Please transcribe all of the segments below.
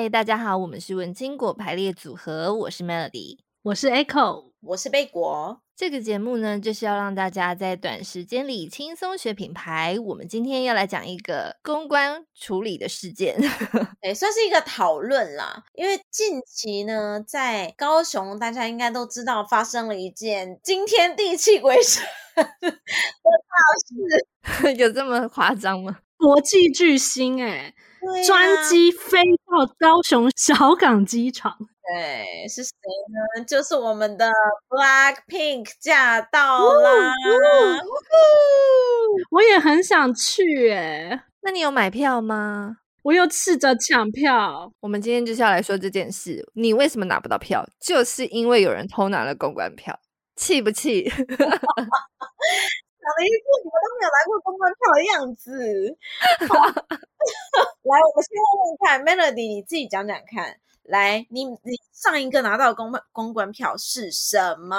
嗨，大家好，我们是文青果排列组合，我是 Melody， 我是 Echo， 我是贝果。 这个节目呢，就是要让大家在短时间里轻松学品牌。我们今天要来讲一个公关处理的事件， 对，算是一个讨论啦。因为近期呢，在高雄，大家应该都知道发生了一件惊天地泣鬼神的大事，有这么夸张吗？ 国际巨星专机飞到高雄小港机场。 对，是谁呢？就是我们的 Blackpink 驾到啦！ 我也很想去那你有买票吗？ 我又试着抢票。 我们今天就是要来说这件事，你为什么拿不到票？就是因为有人偷拿了公关票，气不气？ 讲了一副你们都没有来过公关票的样子。来，我们先问问看 Melody， 你自己讲讲看。来，你上一个拿到的公关票是什么？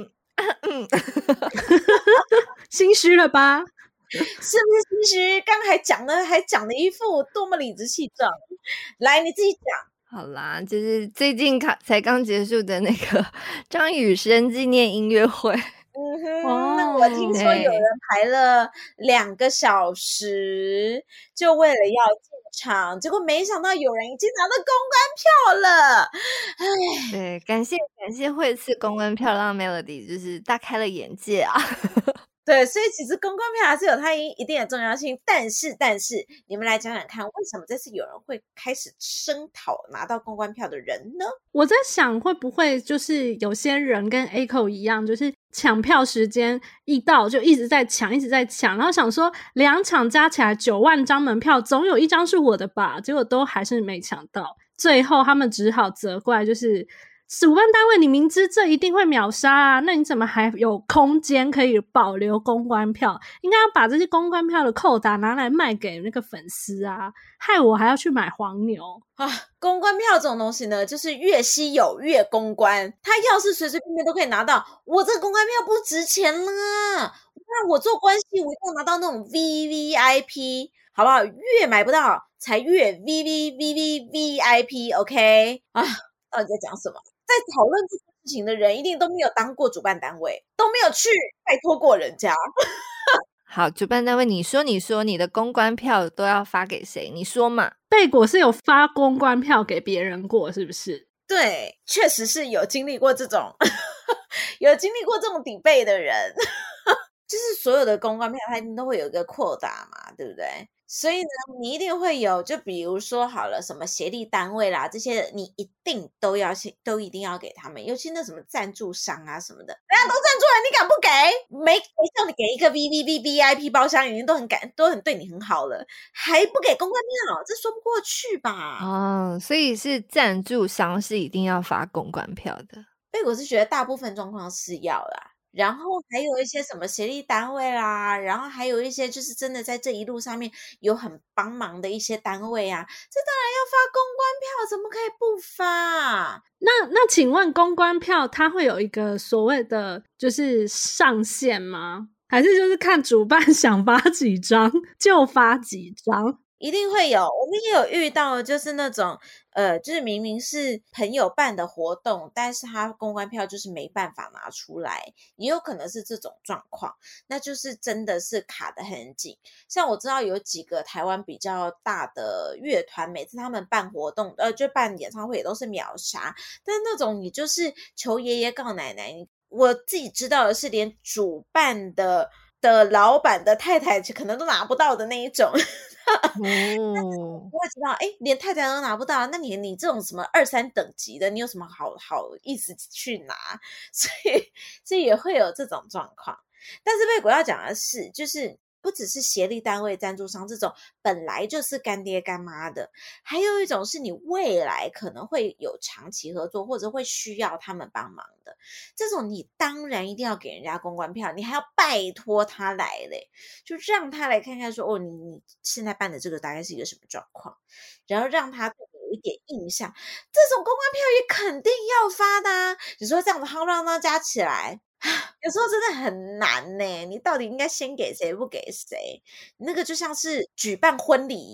心虚了吧？ 是不是心虚？刚还讲了一副多么理直气壮。来，你自己讲。 好啦，就是最近才刚结束的那个张雨生纪念音乐会。 那我听说有人排了2个小时，就为了要进场，结果没想到有人已经拿到公关票了。 对，感谢惠赐公关票，让 Melody 就是大开了眼界啊。 对，所以其实公关票还是有它一定的重要性，但是你们来讲讲看，为什么这次有人会开始声讨拿到公关票的人呢？ 我在想会不会就是有些人跟 Echo 一样，就是抢票时间一到就一直在抢，然后想说2场加起来9万张门票，总有1张是我的吧，结果都还是没抢到，最后他们只好责怪就是主办单位，你明知这一定会秒杀啊，那你怎么还有空间可以保留公关票？应该要把这些公关票的扣打拿来卖给那个粉丝啊，害我还要去买黄牛啊！公关票这种东西呢，就是越稀有越公关。他要是随随便便都可以拿到，我这个公关票不值钱了。那我做关系，我一定要拿到那种 VVIP， 好不好？越买不到才越 VVVVVIP，OK？ 啊，到底在讲什么？在讨论这件事情的人一定都没有当过主办单位，都没有去拜托过人家。 好，主办单位，你说你的公关票都要发给谁？你说嘛。 贝果是有发公关票给别人过是不是？ 对，确实是有经历过这种debate 的人。就是所有的公关票它一定都会有一个扩大嘛，对不对？所以呢，你一定会有，就比如说好了，什么协力单位啦，这些你一定都一定要给他们，尤其那什么赞助商啊什么的，人家都赞助了，你敢不给？没叫你给一个 VVVVIP 包厢，已经都很对你很好了，还不给公关票，这说不过去吧？ 哦，所以是赞助商是一定要发公关票的。 贝果是觉得大部分状况是要啦。然后还有一些什么协力单位啦，然后还有一些就是真的在这一路上面有很帮忙的一些单位啊，这当然要发公关票，怎么可以不发？ 那请问公关票它会有一个所谓的就是上限吗？还是就是看主办想发几张就发几张？ 一定会有，我们也有遇到就是那种就是明明是朋友办的活动，但是他公关票就是没办法拿出来，也有可能是这种状况，那就是真的是卡得很紧。像我知道有几个台湾比较大的乐团，每次他们办活动就办演唱会也都是秒杀，但那种你就是求爷爷告奶奶，我自己知道的是连主办的老板的太太可能都拿不到的那一种。但是我会知道，连太太都拿不到，那你这种什么2、3等级的，你有什么好意思去拿？所以也会有这种状况。但是贝果要讲的是，就是不只是协力单位、赞助商这种本来就是干爹干妈的，还有一种是你未来可能会有长期合作或者会需要他们帮忙的，这种你当然一定要给人家公关票，你还要拜托他来嘞，就让他来看看说，你现在办的这个大概是一个什么状况，然后让他有一点印象，这种公关票也肯定要发的啊。你说这样子夯让它加起来，有时候真的很难呢，你到底应该先给谁不给谁？那个就像是举办婚礼一样，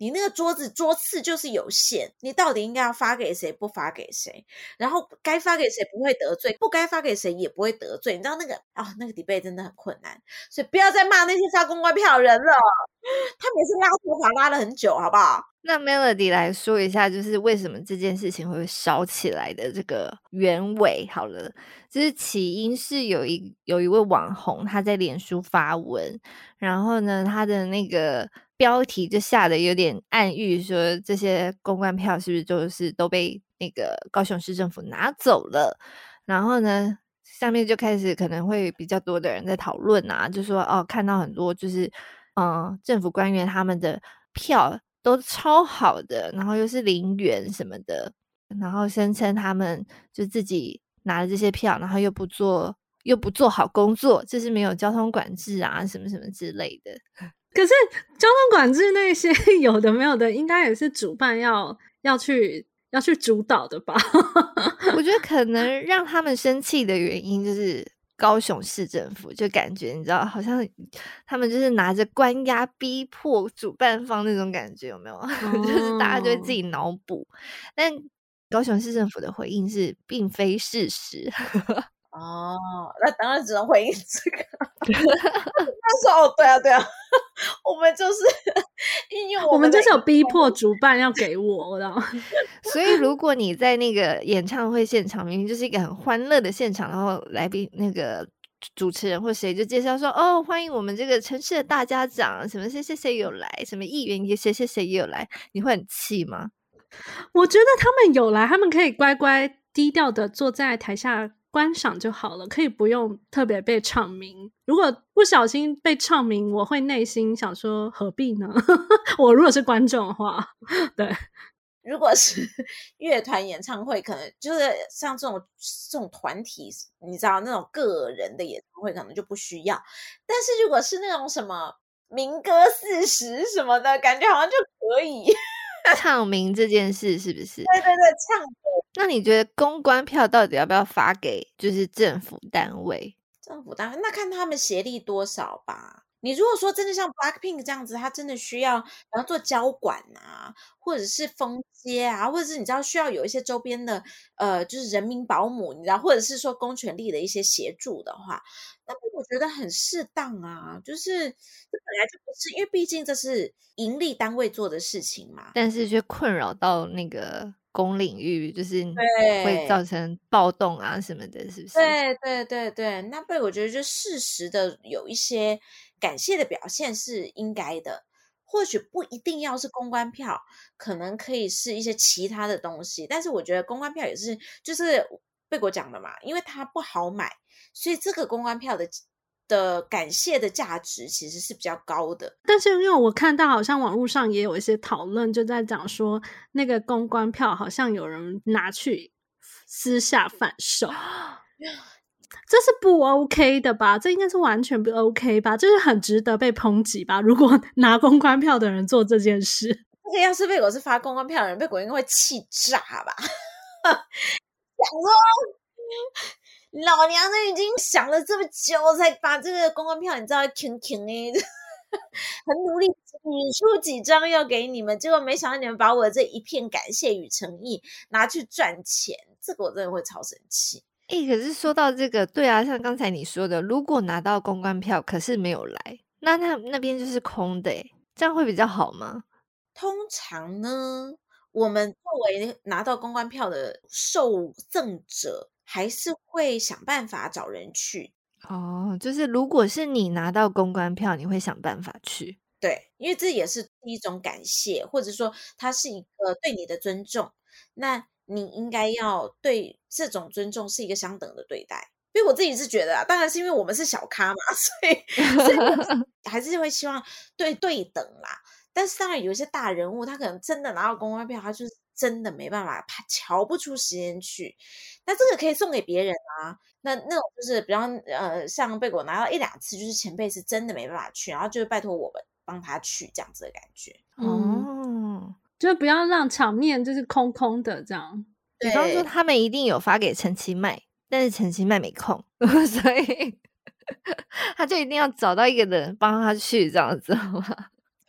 你那个桌次就是有限，你到底应该要发给谁，不发给谁，然后该发给谁不会得罪，不该发给谁也不会得罪，你知道那个那个 debate 真的很困难，所以不要再骂那些发公关票的人了，他每次拉头发拉了很久，好不好？ 那 Melody 来说一下，就是为什么这件事情会烧起来的这个原委好了。就是起因是有一位网红他在脸书发文，然后呢他的那个标题就下的有点暗喻说这些公关票是不是就是都被那个高雄市政府拿走了，然后呢下面就开始可能会比较多的人在讨论啊，就说看到很多就是政府官员他们的票都超好的，然后又是0元什么的，然后声称他们就自己拿了这些票，然后又不做好工作，这是没有交通管制啊什么什么之类的。 可是交通管制那些有的没有的，应该也是主办要去主导的吧？ 我觉得可能让他们生气的原因就是高雄市政府，就感觉你知道好像他们就是拿着关押逼迫主办方那种感觉，有没有？就是大家就会自己脑补，但高雄市政府的回应是并非事实。 那当然只能回应这个。他说对啊我们就是因为我们就是有逼迫主办要给我的。 所以如果你在那个演唱会现场，明明就是一个很欢乐的现场，然后来宾那个主持人或谁就介绍说欢迎我们这个城市的大家长，什么谁谁谁有来，什么议员谁谁谁也有来，你会很气吗？ 我觉得他们有来，他们可以乖乖低调的坐在台下观赏就好了，可以不用特别被唱名。如果不小心被唱名，我会内心想说何必呢？我如果是观众的话，对。 如果是乐团演唱会，可能就是像这种团体，你知道那种个人的演唱会可能就不需要，但是如果是那种什么民歌40什么的，感觉好像就可以唱名这件事是不是？ 对，唱歌。 那你觉得公关票到底要不要发给就是政府单位？ 那看他们协力多少吧。你如果说真的像 Blackpink 这样子，他真的需要然后做交管啊，或者是封街啊，或者是你知道需要有一些周边的就是人民保姆，你知道，或者是说公权力的一些协助的话，那么我觉得很适当啊，就是这本来就不是，因为毕竟这是盈利单位做的事情嘛， 但是却困扰到那个公领域，就是会造成暴动啊什么的，是不是？ 对，那我觉得就适时的有一些感谢的表现是应该的，或许不一定要是公关票，可能可以是一些其他的东西，但是我觉得公关票也是就是贝果讲的嘛，因为它不好买，所以这个公关票的感谢的价值其实是比较高的。 但是因为我看到好像网络上也有一些讨论，就在讲说那个公关票好像有人拿去私下贩售，这是不 OK 的吧？这应该是完全不 OK 吧？这是很值得被抨击吧？如果拿公关票的人做这件事， 这个要是贝果是发公关票的人，贝果应该会气炸吧？想说老娘都已经想了这么久才把这个公关票你知道挺很努力拟出几张要给你们，结果没想到你们把我这一片感谢与诚意拿去赚钱，这个我真的会超生气。 可是说到这个，对啊，像刚才你说的，如果拿到公关票可是没有来，那边就是空的这样会比较好吗？ 通常呢，我们作为拿到公关票的受赠者，还是会想办法找人去。 就是如果是你拿到公关票，你会想办法去。 对，因为这也是一种感谢，或者说它是一个对你的尊重，那你应该要对这种尊重是一个相等的对待。因为我自己是觉得当然是因为我们是小咖嘛，所以还是会希望对等啦。但是当然有一些大人物，他可能真的拿到公关票，他就是真的没办法，他瞧不出时间去。那这个可以送给别人啊。那种就是比方像贝果拿到1-2次，就是前辈是真的没办法去，然后就拜托我们帮他去这样子的感觉。 就不要让场面就是空空的这样。 比方说他们一定有发给陈其迈，但是陈其迈没空，所以他就一定要找到一个人帮他去这样子，好吗？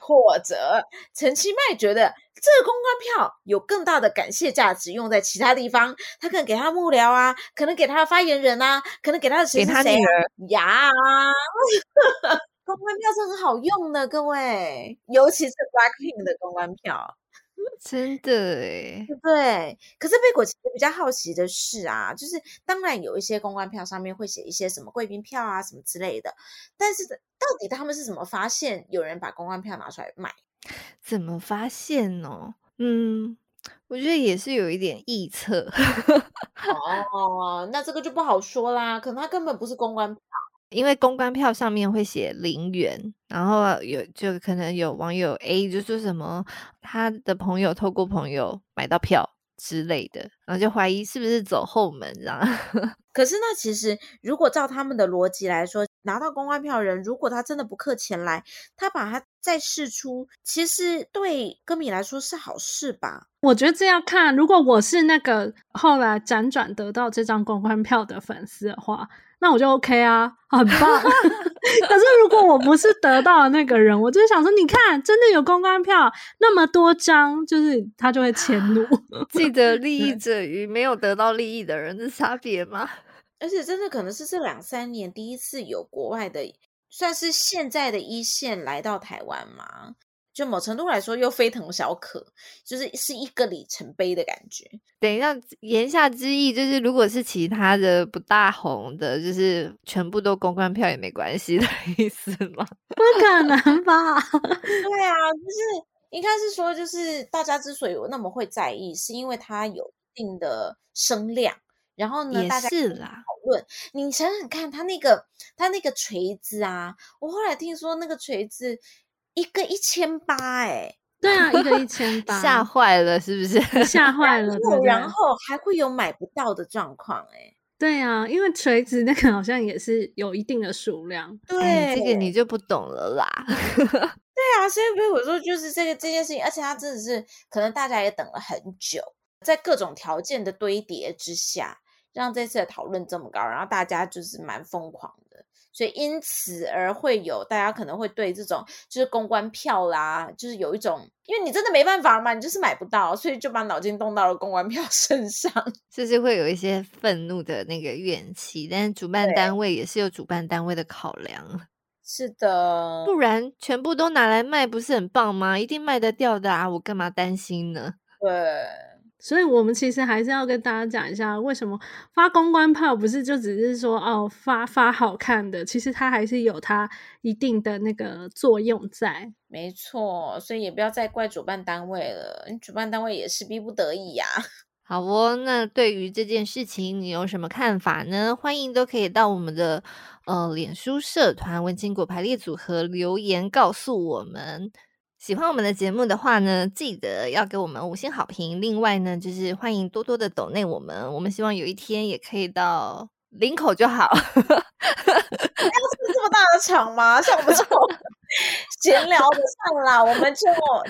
或者陈其迈觉得这个公关票有更大的感谢价值用在其他地方，他可能给他幕僚啊，可能给他的发言人啊，可能给他的谁是谁呀公关票是很好用的，各位，尤其是 BLACKPINK 的公关票。 真的耶， 对不对？可是贝果其实比较好奇的是啊，就是当然有一些公关票上面会写一些什么贵宾票啊什么之类的，但是到底他们是怎么发现有人把公关票拿出来卖？ 怎么发现哦？我觉得也是有一点臆测。 哦，那这个就不好说啦，可能他根本不是公关票。 因为公关票上面会写0元，然后就可能有网友 A 就说什么他的朋友透过朋友买到票之类的，然后就怀疑是不是走后门这样。 可是那其实如果照他们的逻辑来说，拿到公关票的人如果他真的不氪钱来，他把它再释出，其实对歌迷来说是好事吧？ 我觉得这要看，如果我是那个后来辗转得到这张公关票的粉丝的话，那我就 OK 啊，很棒。可是如果我不是得到的那个人，我就想说，你看，真的有公关票那么多张，就是他就会迁怒。 既得利益者与没有得到利益的人的差别吗？ 而且真的可能是这2-3年第一次有国外的，算是现在的一线来到台湾嘛，就某程度来说又非同小可，就是一个里程碑的感觉。 等一下，言下之意就是如果是其他的不大红的，就是全部都公关票也没关系的意思吗？ 不可能吧？ 对啊，就是应该是说，就是大家之所以有那么会在意，是因为它有一定的声量，然后呢， 也大家是啦， 讨论。你想想看，他那个锤子啊，我后来听说那个锤子一个1800欸， 对啊，一个1800， 吓坏了是不是？ 吓坏了，对不对？ 然后还会有买不到的状况欸。 对啊，因为锤子那个好像也是有一定的数量。 对， 这个你就不懂了啦。 对啊，所以我说就是这件事情，而且它真的是可能大家也等了很久，在各种条件的堆叠之下，让这次的讨论这么高，然后大家就是蛮疯狂的，所以因此而会有大家可能会对这种就是公关票啦，就是有一种，因为你真的没办法嘛，你就是买不到，所以就把脑筋动到了公关票身上， 就是会有一些愤怒的那个怨气，但是主办单位也是有主办单位的考量。 是的， 不然全部都拿来卖不是很棒吗？一定卖得掉的啊，我干嘛担心呢？ 对， 所以我们其实还是要跟大家讲一下，为什么发公关票不是就只是说哦发好看的，其实它还是有它一定的那个作用在。 没错，所以也不要再怪主办单位了，主办单位也是逼不得已呀。 好哦，那对于这件事情你有什么看法呢？欢迎都可以到我们的脸书社团文青果排列组合留言告诉我们。喜欢我们的节目的话呢，记得要给我们5星好评。另外呢，就是欢迎多多的抖内我们，我们希望有一天也可以到林口就好。 要吃这么大的场吗？像我们这种闲聊的上啦，我们就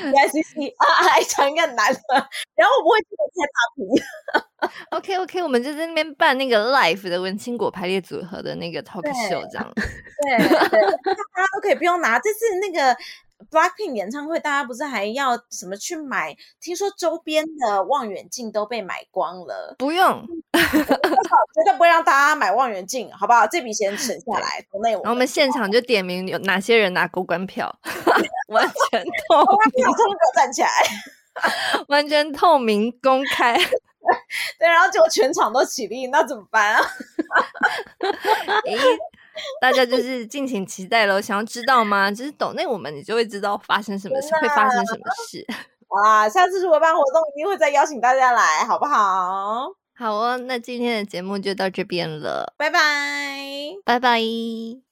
DICC 一场应该很难的，然后我不会记得开大屏。 OK， 我们就在那边办那个 live 的文青果排列组合的那个 talk show 这样。 对，大家都可以不用拿。这次那个 BLACKPINK 演唱会，大家不是还要什么去买？听说周边的望远镜都被买光了。 不用， 绝对不会让大家买望远镜，好不好？这笔钱省下来， 然后我们现场就点名有哪些人拿公关票，完全透明， 给我站起来， 完全透明公开。 对，然后结果全场都起立，那怎么办啊？ 大家就是敬请期待咯。想要知道吗？就是抖内我们，你就会知道发生什么事，会发生什么事。 啊，下次如果办活动，一定会再邀请大家来，好不好？ 好哦，那今天的节目就到这边了， 拜拜， 拜拜。